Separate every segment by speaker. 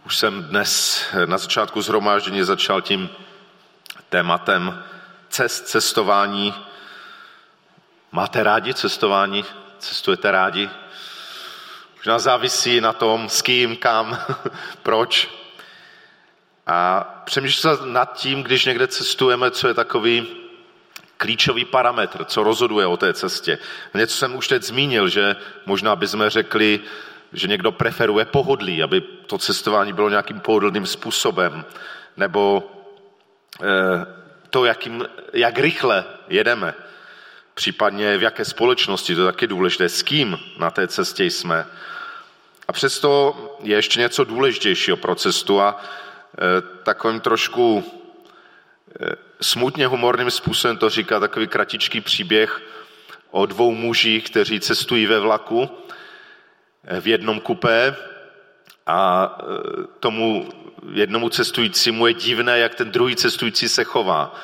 Speaker 1: Už jsem dnes na začátku shromáždění začal tím tématem cestování. Máte rádi cestování? Cestujete rádi? Možná závisí na tom, s kým, kam, proč. A přemýšlel jsem nad tím, když někde cestujeme, co je takový klíčový parametr, co rozhoduje o té cestě. Něco jsem už teď zmínil, že možná bychom řekli, že někdo preferuje pohodlí, aby to cestování bylo nějakým pohodlným způsobem, nebo to, jak rychle jedeme, případně v jaké společnosti, to je taky důležité, s kým na té cestě jsme. A přesto je ještě něco důležitějšího pro cestu a takovým trošku smutně humorným způsobem to říká takový kratičký příběh o dvou mužích, kteří cestují ve vlaku v jednom kupé a tomu jednomu cestujícímu je divné, jak ten druhý cestující se chová.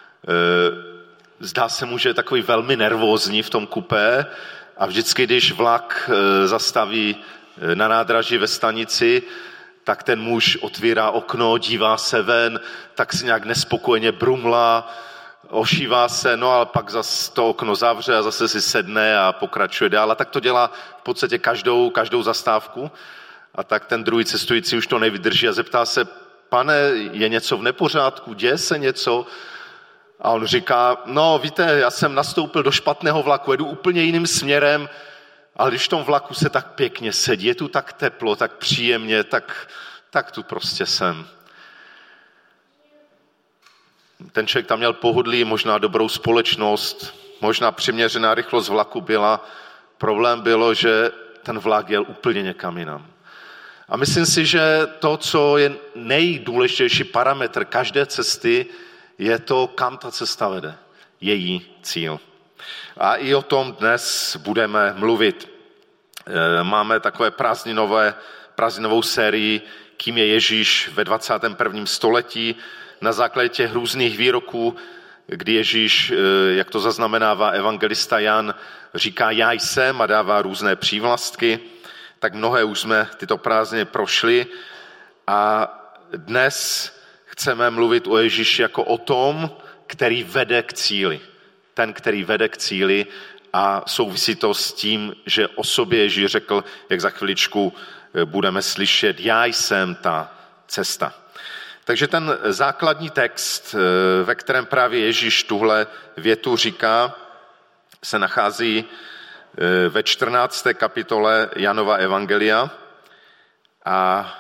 Speaker 1: Zdá se mu, že je takový velmi nervózní v tom kupé a vždycky, když vlak zastaví na nádraží ve stanici, tak ten muž otvírá okno, dívá se ven, tak si nějak nespokojeně brumlá, ošívá se, no ale pak zase to okno zavře a zase si sedne a pokračuje dál. A tak to dělá v podstatě každou zastávku. A tak ten druhý cestující už to nevydrží a zeptá se, pane, je něco v nepořádku, děje se něco? A on říká, no víte, já jsem nastoupil do špatného vlaku, jedu úplně jiným směrem, ale když v tom vlaku se tak pěkně sedí, je tu tak teplo, tak příjemně, tak tu prostě jsem. Ten člověk tam měl pohodlí, možná dobrou společnost, možná přiměřená rychlost vlaku byla. Problém bylo, že ten vlak jel úplně někam jinam. A myslím si, že to, co je nejdůležitější parametr každé cesty, je to, kam ta cesta vede, její cíl. A i o tom dnes budeme mluvit. Máme takové prázdninovou sérii, kým je Ježíš ve 21. století, na základě těch různých výroků, kdy Ježíš, jak to zaznamenává evangelista Jan, říká já jsem a dává různé přívlastky, tak mnohé už jsme tyto prázdniny prošli a dnes chceme mluvit o Ježíši jako o tom, který vede k cíli. Ten, který vede k cíli a souvisí to s tím, že o sobě Ježíš řekl, jak za chviličku budeme slyšet, já jsem ta cesta. Takže ten základní text, ve kterém právě Ježíš tuhle větu říká, se nachází ve 14. kapitole Janova evangelia a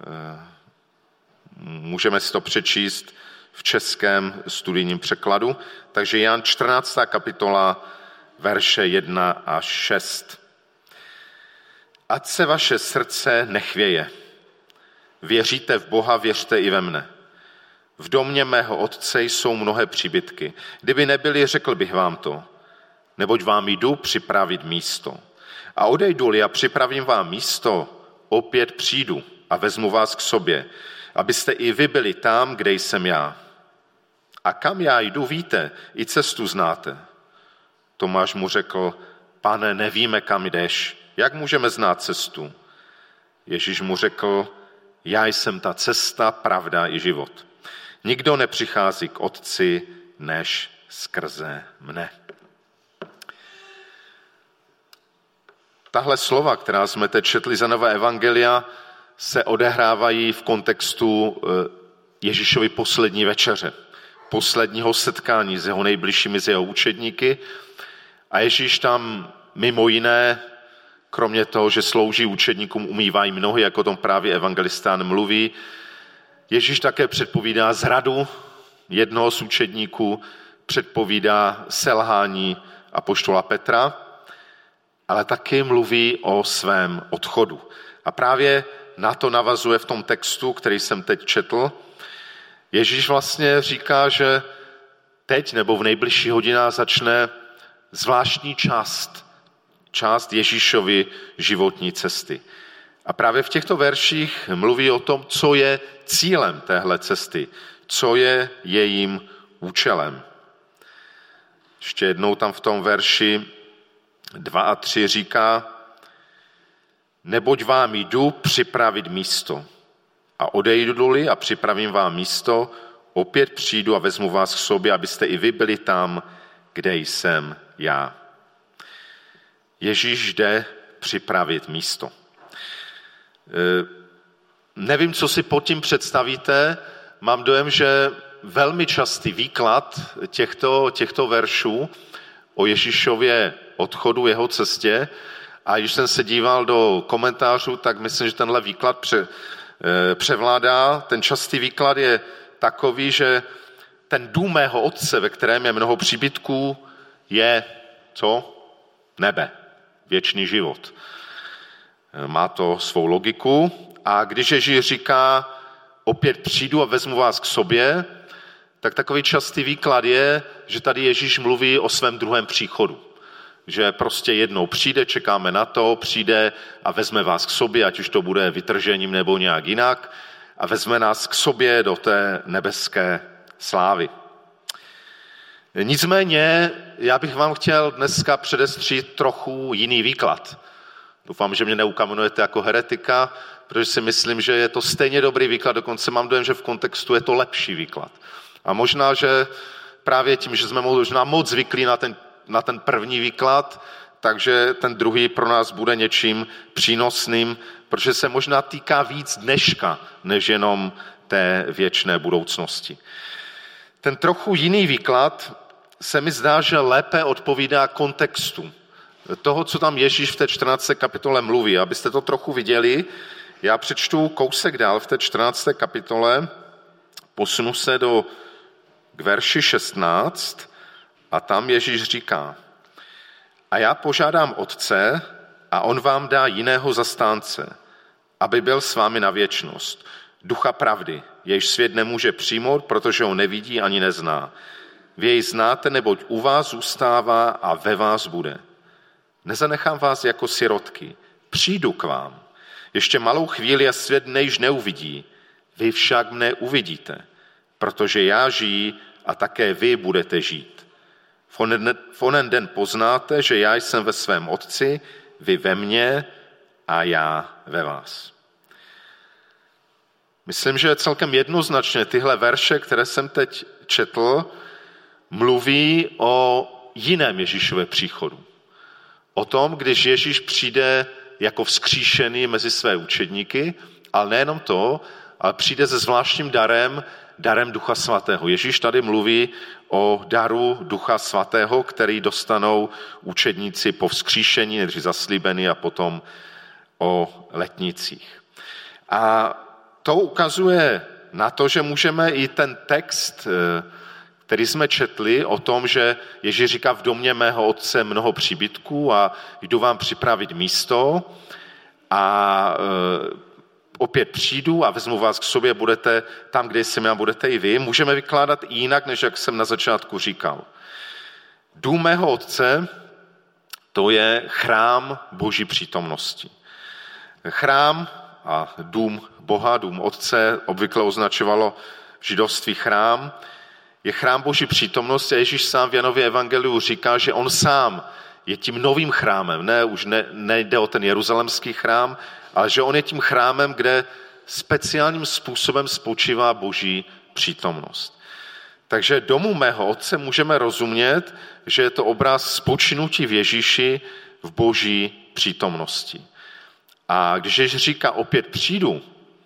Speaker 1: můžeme si to přečíst v českém studijním překladu. Takže Jan 14. kapitola, verše 1 až 6. Ať se vaše srdce nechvěje. Věříte v Boha, věřte i ve mne. V domě mého otce jsou mnohé příbytky. Kdyby nebyly, řekl bych vám to. Neboť vám jdu připravit místo. A odejdu-li a připravím vám místo, opět přijdu a vezmu vás k sobě, abyste i vy byli tam, kde jsem já. A kam já jdu, víte, i cestu znáte. Tomáš mu řekl, pane, nevíme, kam jdeš, jak můžeme znát cestu? Ježíš mu řekl, já jsem ta cesta, pravda i život. Nikdo nepřichází k Otci, než skrze mne. Tahle slova, která jsme teď četli z Janova evangelia, se odehrávají v kontextu Ježíšovy poslední večeře, posledního setkání s jeho nejbližšími, s jeho učedníky. A Ježíš tam mimo jiné, kromě toho, že slouží učedníkům, umývají nohy, jako o tom právě evangelistán mluví, Ježíš také předpovídá zradu jednoho z učedníků, předpovídá selhání apoštola Petra, ale taky mluví o svém odchodu. A právě na to navazuje v tom textu, který jsem teď četl. Ježíš vlastně říká, že teď nebo v nejbližší hodinách začne zvláštní část Ježíšovy životní cesty. A právě v těchto verších mluví o tom, co je cílem téhle cesty, co je jejím účelem. Ještě jednou tam v tom verši 2 a 3 říká, neboť vám jdu připravit místo. A odejdu-li a připravím vám místo, opět přijdu a vezmu vás k sobě, abyste i vy byli tam, kde jsem já. Ježíš jde připravit místo. Nevím, co si pod tím představíte, mám dojem, že velmi častý výklad těchto veršů o Ježíšově odchodu, jeho cestě, a když jsem se díval do komentářů, tak myslím, že tenhle výklad převládá. Ten častý výklad je takový, že ten dům mého otce, ve kterém je mnoho příbytků, je co? Nebe, věčný život. Má to svou logiku. A když Ježíš říká, opět přijdu a vezmu vás k sobě, tak takový častý výklad je, že tady Ježíš mluví o svém druhém příchodu. Že prostě jednou přijde, čekáme na to, přijde a vezme vás k sobě, ať už to bude vytržením nebo nějak jinak, a vezme nás k sobě do té nebeské slávy. Nicméně já bych vám chtěl dneska předestřít trochu jiný výklad. Doufám, že mě neukamenujete jako heretika, protože si myslím, že je to stejně dobrý výklad, dokonce mám dojem, že v kontextu je to lepší výklad. A možná, že právě tím, že jsme možná moc zvyklí na ten první výklad, takže ten druhý pro nás bude něčím přínosným, protože se možná týká víc dneška, než jenom té věčné budoucnosti. Ten trochu jiný výklad se mi zdá, že lépe odpovídá kontextu toho, co tam Ježíš v té 14. kapitole mluví. Abyste to trochu viděli, já přečtu kousek dál v té 14. kapitole, posunu se k verši 16 a tam Ježíš říká: a já požádám Otce a on vám dá jiného zastánce, aby byl s vámi na věčnost. Ducha pravdy, jejž svět nemůže přijmout, protože ho nevidí ani nezná. Vy jej znáte, neboť u vás zůstává a ve vás bude. Nezanechám vás jako sirotky, přijdu k vám. Ještě malou chvíli a svět mne již neuvidí, vy však mne uvidíte, protože já žiji a také vy budete žít. V onen den poznáte, že já jsem ve svém Otci, vy ve mně a já ve vás. Myslím, že celkem jednoznačně tyhle verše, které jsem teď četl, mluví o jiném Ježíšově příchodu. O tom, když Ježíš přijde jako vzkříšený mezi své učedníky, ale nejenom to, ale přijde se zvláštním darem Ducha Svatého. Ježíš tady mluví o daru Ducha Svatého, který dostanou učedníci po vzkříšení, nejdřív zaslíbený a potom o letnicích. A to ukazuje na to, že můžeme i ten text, který jsme četli o tom, že Ježíš říká, v domě mého otce mnoho příbytků a jdu vám připravit místo a opět přijdu a vezmu vás k sobě, budete tam, kde jsem já, budete i vy. Můžeme vykládat i jinak, než jak jsem na začátku říkal. Dům mého otce, to je chrám Boží přítomnosti. Chrám a dům Boha, dům Otce, obvykle označovalo v židovství chrám, je chrám Boží přítomnosti a Ježíš sám v Janově evangeliu říká, že on sám je tím novým chrámem. Už nejde o ten jeruzalemský chrám, ale že on je tím chrámem, kde speciálním způsobem spočívá Boží přítomnost. Takže domu mého Otce můžeme rozumět, že je to obraz spočinutí v Ježíši v Boží přítomnosti. A když Ježíš říká opět přijdu,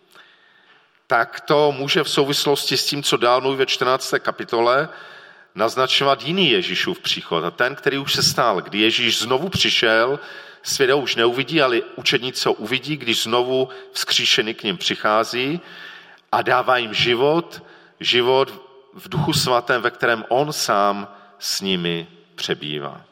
Speaker 1: tak to může v souvislosti s tím, co dál mluví ve 14. kapitole, naznačovat jiný Ježíšův příchod. A ten, který už se stal, kdy Ježíš znovu přišel, svět ho už neuvidí, ale učedníci ho uvidí, když znovu vzkříšený k nim přichází a dává jim život v Duchu Svatém, ve kterém on sám s nimi přebývá.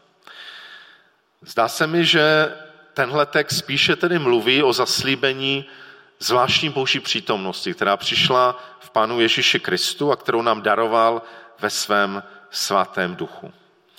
Speaker 1: Zdá se mi, že tenhle text spíše tedy mluví o zaslíbení zvláštní Boží přítomnosti, která přišla v Pánu Ježíši Kristu a kterou nám daroval ve svém svatém duchu.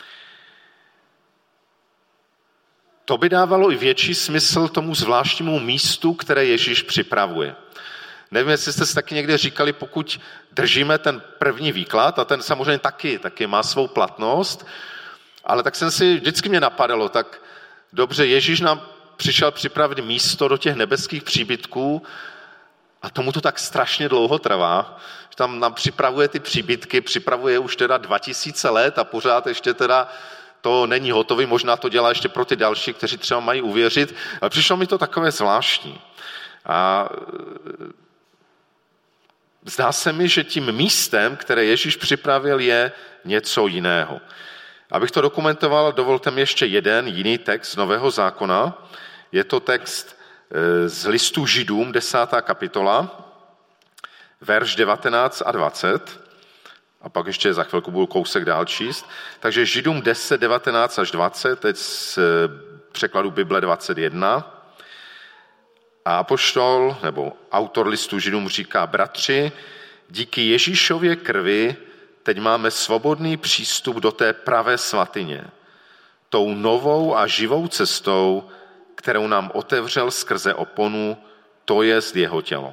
Speaker 1: To by dávalo i větší smysl tomu zvláštnímu místu, které Ježíš připravuje. Nevím, jestli jste si taky někde říkali, pokud držíme ten první výklad, a ten samozřejmě taky má svou platnost, ale tak jsem si, vždycky mě napadalo, tak dobře, Ježíš nám přišel připravit místo do těch nebeských příbytků, A tomu to tak strašně dlouho trvá, že tam nám připravuje ty příbytky, připravuje už teda 2000 let a pořád ještě teda to není hotový, možná to dělá ještě pro ty další, kteří třeba mají uvěřit, ale přišlo mi to takové zvláštní. A zdá se mi, že tím místem, které Ježíš připravil, je něco jiného. Abych to dokumentoval, dovolte mi ještě jeden jiný text z Nového zákona. Je to text z listu Židům, 10. kapitola, verš 19 a 20. A pak ještě za chvilku budu kousek dál číst. Takže Židům 10, 19 až 20, teď z překladu Bible 21. A apoštol, nebo autor listu Židům říká: bratři, díky Ježíšově krvi teď máme svobodný přístup do té pravé svatyně, tou novou a živou cestou, kterou nám otevřel skrze oponu, to jest jeho tělo.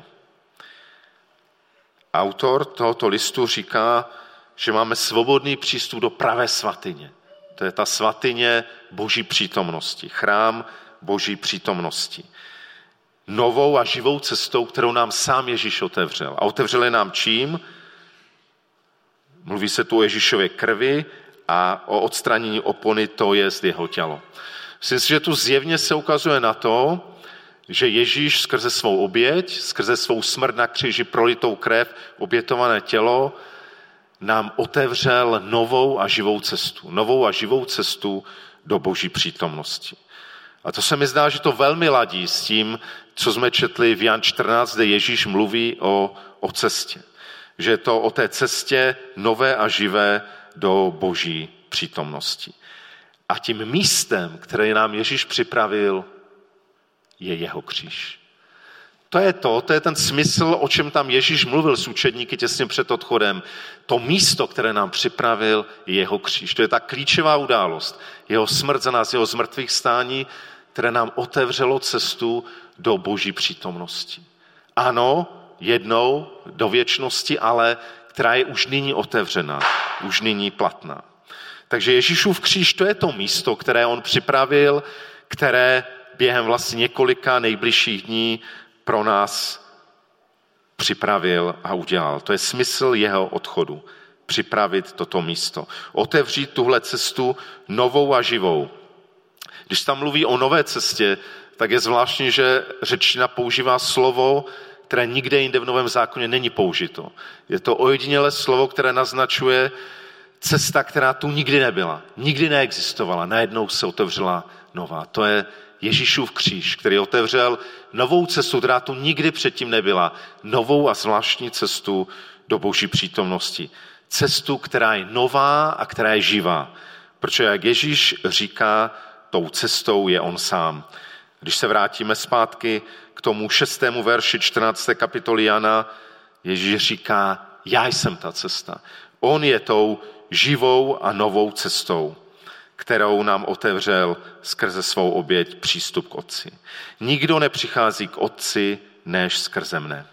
Speaker 1: Autor tohoto listu říká, že máme svobodný přístup do pravé svatyně. To je ta svatyně Boží přítomnosti, chrám Boží přítomnosti. Novou a živou cestou, kterou nám sám Ježíš otevřel. A otevřel je nám čím? Mluví se tu o Ježíšově krvi a o odstranění opony, to jest jeho tělo. Myslím si, že tu zjevně se ukazuje na to, že Ježíš skrze svou oběť, skrze svou smrt na kříži, prolitou krev, obětované tělo, nám otevřel novou a živou cestu. Novou a živou cestu do Boží přítomnosti. A to se mi zdá, že to velmi ladí s tím, co jsme četli v Jan 14, kde Ježíš mluví o cestě. Že je to o té cestě nové a živé do Boží přítomnosti. A tím místem, které nám Ježíš připravil, je jeho kříž. To je ten smysl, o čem tam Ježíš mluvil s učedníky těsně před odchodem. To místo, které nám připravil, je jeho kříž. To je ta klíčová událost. Jeho smrt za nás, jeho zmrtvých stání, které nám otevřelo cestu do Boží přítomnosti. Ano, jednou do věčnosti, ale která je už nyní otevřená, už nyní platná. Takže Ježíšův kříž, to je to místo, které on připravil, které během vlastně několika nejbližších dní pro nás připravil a udělal. To je smysl jeho odchodu. Připravit toto místo. Otevřít tuhle cestu novou a živou. Když tam mluví o nové cestě, tak je zvláštní, že řečtina používá slovo, které nikde jinde v Novém zákoně není použito. Je to ojedinělé slovo, které naznačuje cesta, která tu nikdy nebyla, nikdy neexistovala. Najednou se otevřela nová. To je Ježíšův kříž, který otevřel novou cestu, která tu nikdy předtím nebyla. Novou a zvláštní cestu do Boží přítomnosti. Cestu, která je nová a která je živá. Protože jak Ježíš říká, tou cestou je on sám. Když se vrátíme zpátky k tomu 6. verši 14. kapitoly Jana, Ježíš říká, já jsem ta cesta. On je tou živou a novou cestou, kterou nám otevřel skrze svou oběť přístup k Otci. Nikdo nepřichází k Otci, než skrze mne.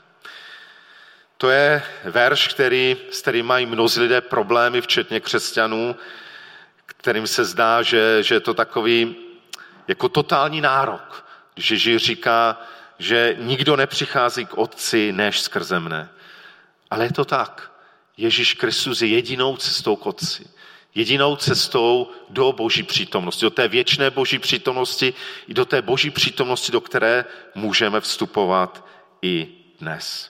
Speaker 1: To je verš, s kterým mají mnozí lidé problémy, včetně křesťanů, kterým se zdá, že je to takový jako totální nárok. Když Ježíš říká, že nikdo nepřichází k Otci, než skrze mne. Ale je to tak. Ježíš Kristus je jedinou cestou k Otci. Jedinou cestou do Boží přítomnosti, do té věčné Boží přítomnosti i do té Boží přítomnosti, do které můžeme vstupovat i dnes.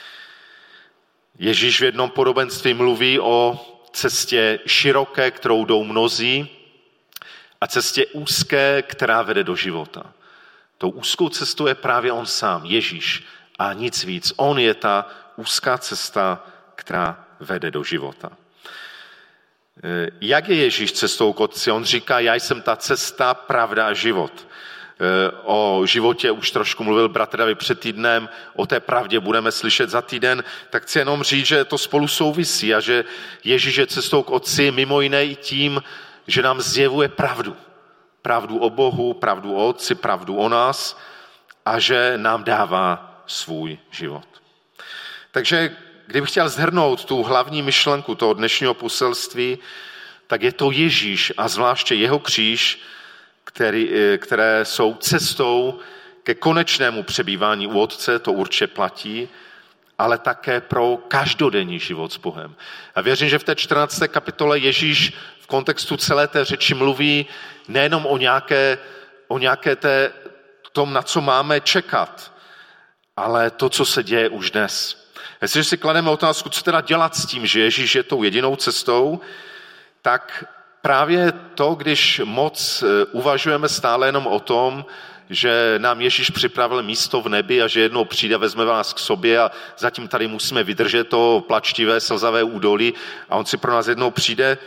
Speaker 1: Ježíš v jednom podobenství mluví o cestě široké, kterou jdou mnozí, a cestě úzké, která vede do života. Tou úzkou cestou je právě on sám, Ježíš, a nic víc. On je ta úzká cesta, která vede do života. Jak je Ježíš cestou k Otci? On říká, já jsem ta cesta, pravda a život. O životě už trošku mluvil bratr David před týdnem, o té pravdě budeme slyšet za týden, tak chci jenom říct, že to spolu souvisí a že Ježíš je cestou k Otci mimo jiné i tím, že nám zjevuje pravdu. Pravdu o Bohu, pravdu o Otci, pravdu o nás a že nám dává svůj život. Takže kdybych chtěl shrnout tu hlavní myšlenku toho dnešního poselství, tak je to Ježíš a zvláště jeho kříž, které jsou cestou, ke konečnému přebývání u Otce, to určitě platí, ale také pro každodenní život s Bohem. A věřím, že v té 14. kapitole Ježíš v kontextu celé té řeči mluví nejenom o nějaké tom, na co máme čekat, ale to, co se děje už dnes. Jestliže si klademe otázku, co teda dělat s tím, že Ježíš je tou jedinou cestou, tak právě to, když moc uvažujeme stále jenom o tom, že nám Ježíš připravil místo v nebi a že jednou přijde, vezme vás k sobě a zatím tady musíme vydržet to plačtivé, slzavé údolí a on si pro nás jednou přijde.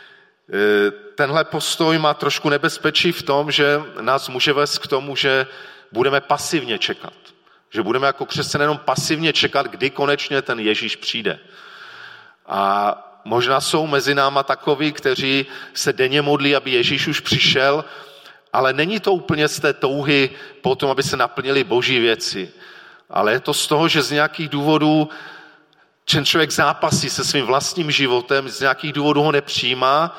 Speaker 1: Tenhle postoj má trošku nebezpečí v tom, že nás může vést k tomu, že budeme pasivně čekat. Že budeme jako křesťané jenom pasivně čekat, kdy konečně ten Ježíš přijde. A možná jsou mezi náma takoví, kteří se denně modlí, aby Ježíš už přišel, ale není to úplně z té touhy po tom, aby se naplnily boží věci. Ale je to z toho, že z nějakých důvodů ten člověk zápasí se svým vlastním životem, z nějakých důvodů ho nepřijímá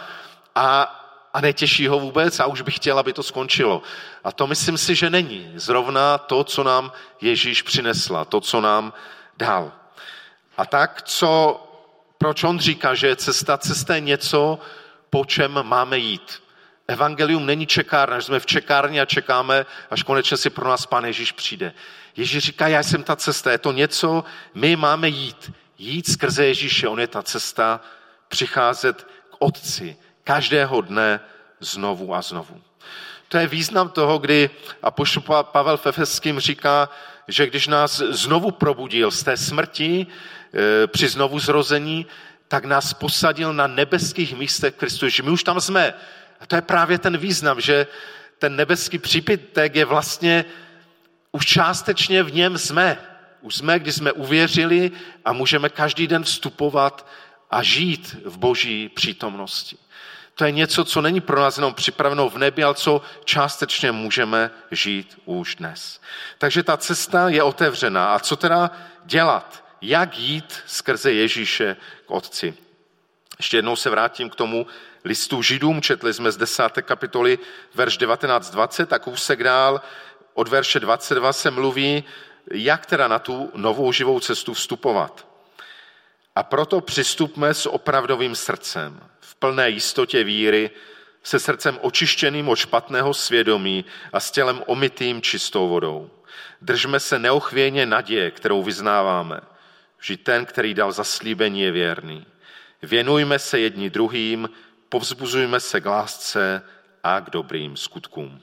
Speaker 1: a netěší ho vůbec a už by chtěl, aby to skončilo. A to myslím si, že není zrovna to, co nám Ježíš přinesla, to, co nám dal. A tak, proč on říká, že je cesta je něco, po čem máme jít. Evangelium není čekárna, že jsme v čekárně a čekáme, až konečně si pro nás Pán Ježíš přijde. Ježíš říká, já jsem ta cesta, je to něco, my máme jít. Jít skrze Ježíše, on je ta cesta, přicházet k Otci každého dne znovu a znovu. To je význam toho, kdy apoštol Pavel v Efeským říká, že když nás znovu probudil z té smrti při znovuzrození, tak nás posadil na nebeských místech v Kristu, že my už tam jsme. A to je právě ten význam, že ten nebeský přípitek je vlastně už částečně v něm jsme. Už jsme, když jsme uvěřili a můžeme každý den vstupovat a žít v boží přítomnosti. To je něco, co není pro nás jenom připraveno v nebi, ale co částečně můžeme žít už dnes. Takže ta cesta je otevřená. A co teda dělat? Jak jít skrze Ježíše k Otci? Ještě jednou se vrátím k tomu listu Židům. Četli jsme z 10. kapitoly verš 19-20 a kousek dál od verše 22 se mluví, jak teda na tu novou živou cestu vstupovat. A proto přistupme s opravdovým srdcem, v plné jistotě víry, se srdcem očištěným od špatného svědomí a s tělem omytým čistou vodou. Držme se neochvějně naděje, kterou vyznáváme, že ten, který dal zaslíbení, je věrný. Věnujme se jedni druhým, povzbuzujme se k lásce a k dobrým skutkům.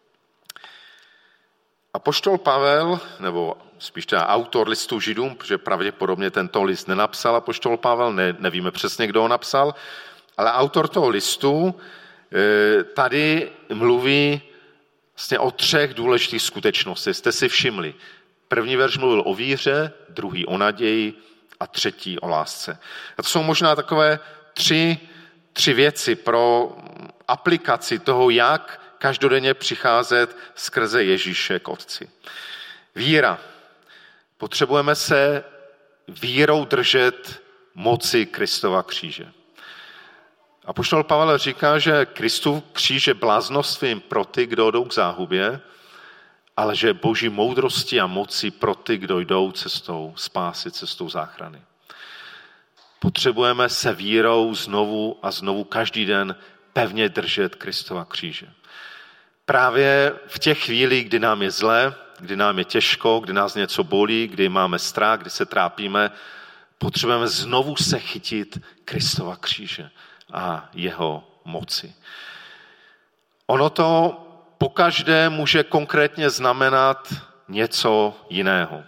Speaker 1: Apoštol Pavel, nebo spíš teda autor listu Židům, protože pravděpodobně tento list nenapsal apoštol Pavel, nevíme přesně, kdo ho napsal, ale autor toho listu tady mluví vlastně o 3 důležitých skutečnostech. Jste si všimli. První verš mluvil o víře, druhý o naději a třetí o lásce. A to jsou možná takové tři věci pro aplikaci toho, jak každodenně přicházet skrze Ježíše k Otci. Víra. Potřebujeme se vírou držet moci Kristova kříže. Apoštol Pavel říká, že Kristův kříž je bláznostvím pro ty, kdo jdou k záhubě, ale že je boží moudrosti a moci pro ty, kdo jdou cestou spásy, cestou záchrany. Potřebujeme se vírou znovu a znovu každý den pevně držet Kristova kříže. Právě v těch chvílích, kdy nám je zle, kdy nám je těžko, kdy nás něco bolí, kdy máme strach, kdy se trápíme, potřebujeme znovu se chytit Kristova kříže a jeho moci. Ono to pokaždé může konkrétně znamenat něco jiného.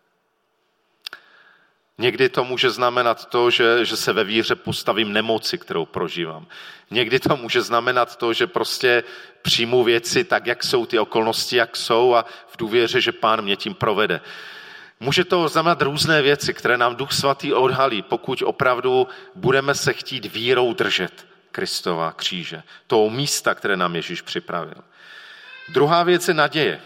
Speaker 1: Někdy to může znamenat to, že se ve víře postavím nemoci, kterou prožívám. Někdy to může znamenat to, že prostě přijmu věci tak, jak jsou, ty okolnosti, jak jsou a v důvěře, že Pán mě tím provede. Může to znamenat různé věci, které nám Duch Svatý odhalí, pokud opravdu budeme se chtít vírou držet Kristova kříže, toho místa, které nám Ježíš připravil. Druhá věc je naděje.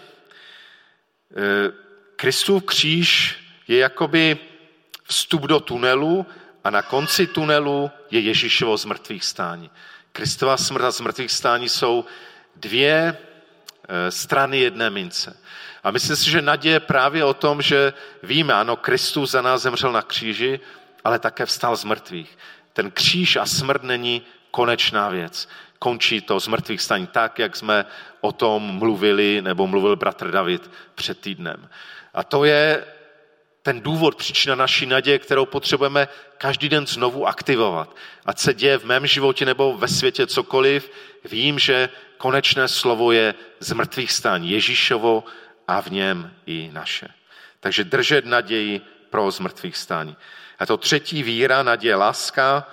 Speaker 1: Kristův kříž je jakoby vstup do tunelu a na konci tunelu je Ježíšovo zmrtvýchvstání. Kristova smrt a zmrtvýchvstání jsou strany jedné mince. A myslím si, že naděje je právě o tom, že víme, ano, Kristus za nás zemřel na kříži, ale také vstal z mrtvých. Ten kříž a smrt není konečná věc. Končí to z mrtvých staní tak, jak jsme o tom mluvili, nebo mluvil bratr David před týdnem. A to je ten důvod, příčina naší naděje, kterou potřebujeme každý den znovu aktivovat. Ať se děje v mém životě nebo ve světě cokoliv, vím, že konečné slovo je z mrtvých stání Ježíšovo a v něm i naše. Takže držet naději pro zmrtvých stání. A to třetí víra, naděje, láska.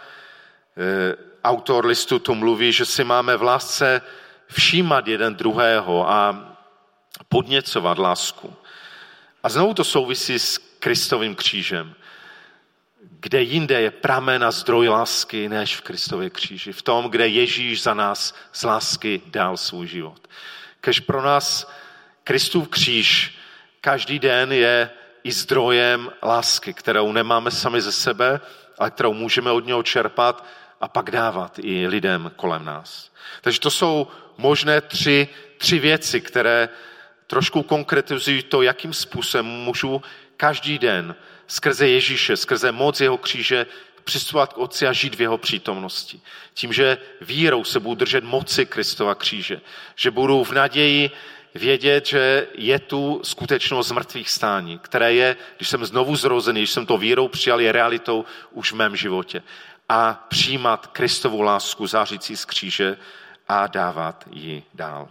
Speaker 1: Autor listu tu mluví, že si máme v lásce všímat jeden druhého a podněcovat lásku. A znovu to souvisí s Kristovým křížem. Kde jinde je pramen a zdroj lásky, než v Kristově kříži. V tom, kde Ježíš za nás z lásky dal svůj život. Kež pro nás Kristův kříž každý den je i zdrojem lásky, kterou nemáme sami ze sebe, ale kterou můžeme od něho čerpat a pak dávat i lidem kolem nás. Takže to jsou možné tři věci, které trošku konkretizují to, jakým způsobem můžu každý den skrze Ježíše, skrze moc jeho kříže přistupovat k Otci a žít v jeho přítomnosti. Tím, že vírou se budu držet moci Kristova kříže, že budu v naději vědět, že je tu skutečnost mrtvých stání, které je, když jsem znovu zrozený, když jsem to vírou přijal, je realitou už v mém životě. A přijímat Kristovu lásku zářící z kříže a dávat ji dál.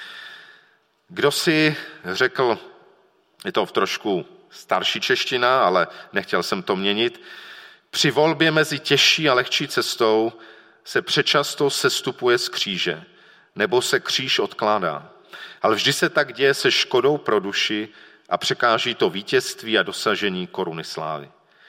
Speaker 1: Kdo si řekl, je to v trošku starší čeština, ale nechtěl jsem to měnit, při volbě mezi těžší a lehčí cestou se přečasto sestupuje z kříže, nebo se kříž odkládá. Ale vždy se tak děje se škodou pro duši a překáží to vítězství a dosažení koruny slávy.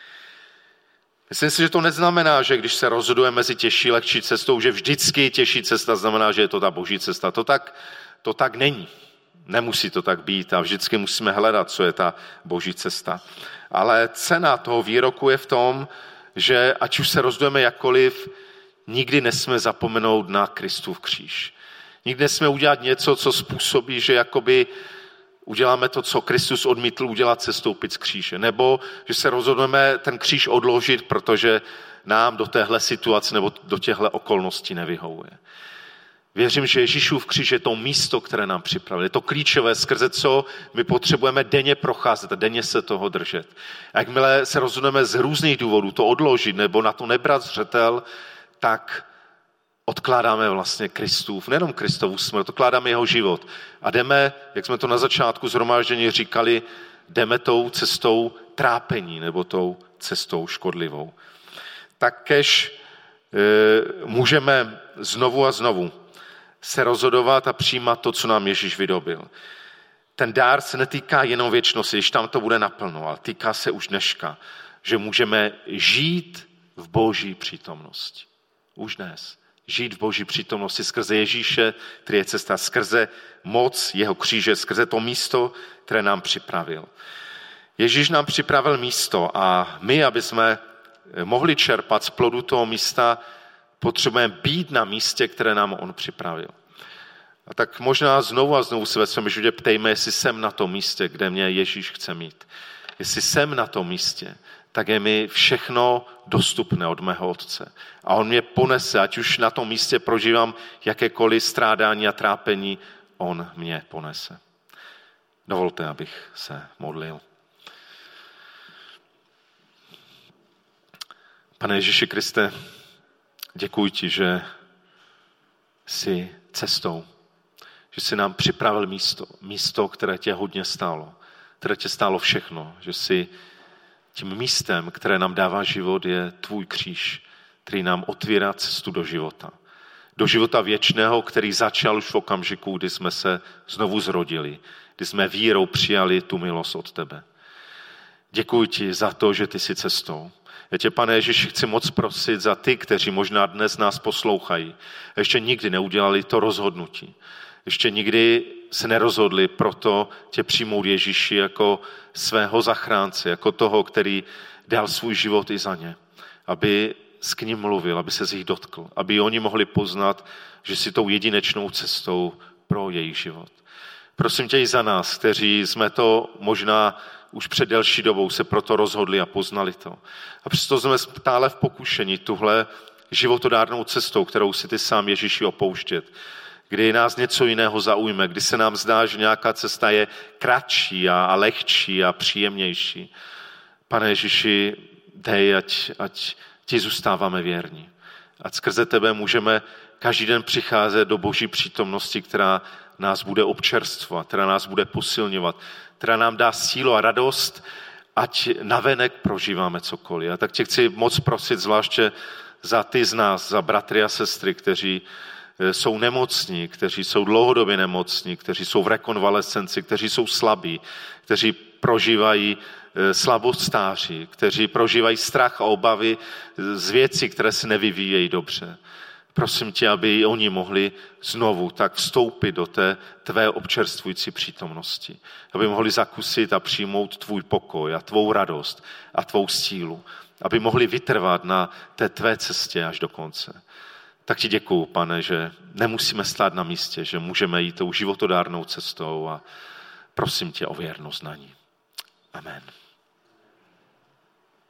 Speaker 1: Myslím si, že to neznamená, že když se rozhoduje mezi těžší a lehčí cestou, že vždycky těžší cesta znamená, že je to ta boží cesta. To tak není. Nemusí to tak být a vždycky musíme hledat, co je ta boží cesta. Ale cena toho výroku je v tom, že ať už se rozhodujeme jakkoliv, nikdy nesmíme zapomenout na Kristův kříž. Nikdy nesmíme udělat něco, co způsobí, že jakoby uděláme to, co Kristus odmítl udělat, sestoupit z kříže. Nebo že se rozhodneme ten kříž odložit, protože nám do téhle situace nebo do těchto okolností nevyhovuje. Věřím, že Ježíšův kříž je to místo, které nám připravil. Je to klíčové, skrze co my potřebujeme denně procházet a denně se toho držet. A jakmile se rozhodneme z různých důvodů to odložit nebo na to nebrat zřetel, tak odkládáme vlastně Kristův, nejenom Kristovu smrt, odkládáme jeho život. A jdeme, jak jsme to na začátku shromáždění říkali, jdeme tou cestou trápení nebo tou cestou škodlivou. Takkéž můžeme znovu a znovu se rozhodovat a přijímat to, co nám Ježíš vydobil. Ten dár se netýká jenom věčnosti, když tam to bude naplno, ale týká se už dneška, že můžeme žít v Boží přítomnosti. Už dnes. Žít v Boží přítomnosti skrze Ježíše, který je cesta, skrze moc jeho kříže, skrze to místo, které nám připravil. Ježíš nám připravil místo a my, aby jsme mohli čerpat z plodu toho místa, potřebujeme být na místě, které nám on připravil. A tak možná znovu a znovu se ve svém životě ptejme, jestli jsem na tom místě, kde mě Ježíš chce mít. Jestli jsem na tom místě, tak je mi všechno dostupné od mého Otce. A on mě ponese, ať už na tom místě prožívám jakékoliv strádání a trápení, on mě ponese. Dovolte, abych se modlil. Pane Ježíši Kriste, děkuji ti, že jsi cestou, že jsi nám připravil místo, které tě hodně stálo, které tě stálo všechno, že jsi tím místem, které nám dává život, je tvůj kříž, který nám otvírá cestu do života. Do života věčného, který začal už v okamžiku, kdy jsme se znovu zrodili, kdy jsme vírou přijali tu milost od tebe. Děkuji ti za to, že ty jsi cestou. Já tě, Pane Ježíši, chci moc prosit za ty, kteří možná dnes nás poslouchají. Ještě nikdy neudělali to rozhodnutí. Ještě nikdy se nerozhodli proto tě přijmout Ježíši jako svého zachránce, jako toho, který dal svůj život i za ně. Aby s k ním mluvil, aby se z nich dotkl. Aby oni mohli poznat, že si tou jedinečnou cestou pro jejich život. Prosím tě i za nás, kteří jsme to možná už před delší dobou se proto rozhodli a poznali to. A přesto jsme stále v pokušení tuhle životodárnou cestou, kterou si ty sám Ježíši opouštět, kdy nás něco jiného zaujme, kdy se nám zdá, že nějaká cesta je kratší a lehčí a příjemnější. Pane Ježíši, dej, ať ti zůstáváme věrní. Ať skrze tebe můžeme každý den přicházet do Boží přítomnosti, která nás bude občerstvovat, která nás bude posilňovat, která nám dá sílu a radost, ať navenek prožíváme cokoliv. A tak tě chci moc prosit zvláště za ty z nás, za bratry a sestry, kteří jsou nemocní, kteří jsou dlouhodobě nemocní, kteří jsou v rekonvalescenci, kteří jsou slabí, kteří prožívají slabost stáří, kteří prožívají strach a obavy z věcí, které se nevyvíjejí dobře. Prosím tě, aby i oni mohli znovu tak vstoupit do té tvé občerstvující přítomnosti. Aby mohli zakusit a přijmout tvůj pokoj a tvou radost a tvou sílu. Aby mohli vytrvat na té tvé cestě až do konce. Tak ti děkuju, Pane, že nemusíme stát na místě, že můžeme jít tou životodárnou cestou a prosím tě o věrnost na ní. Amen.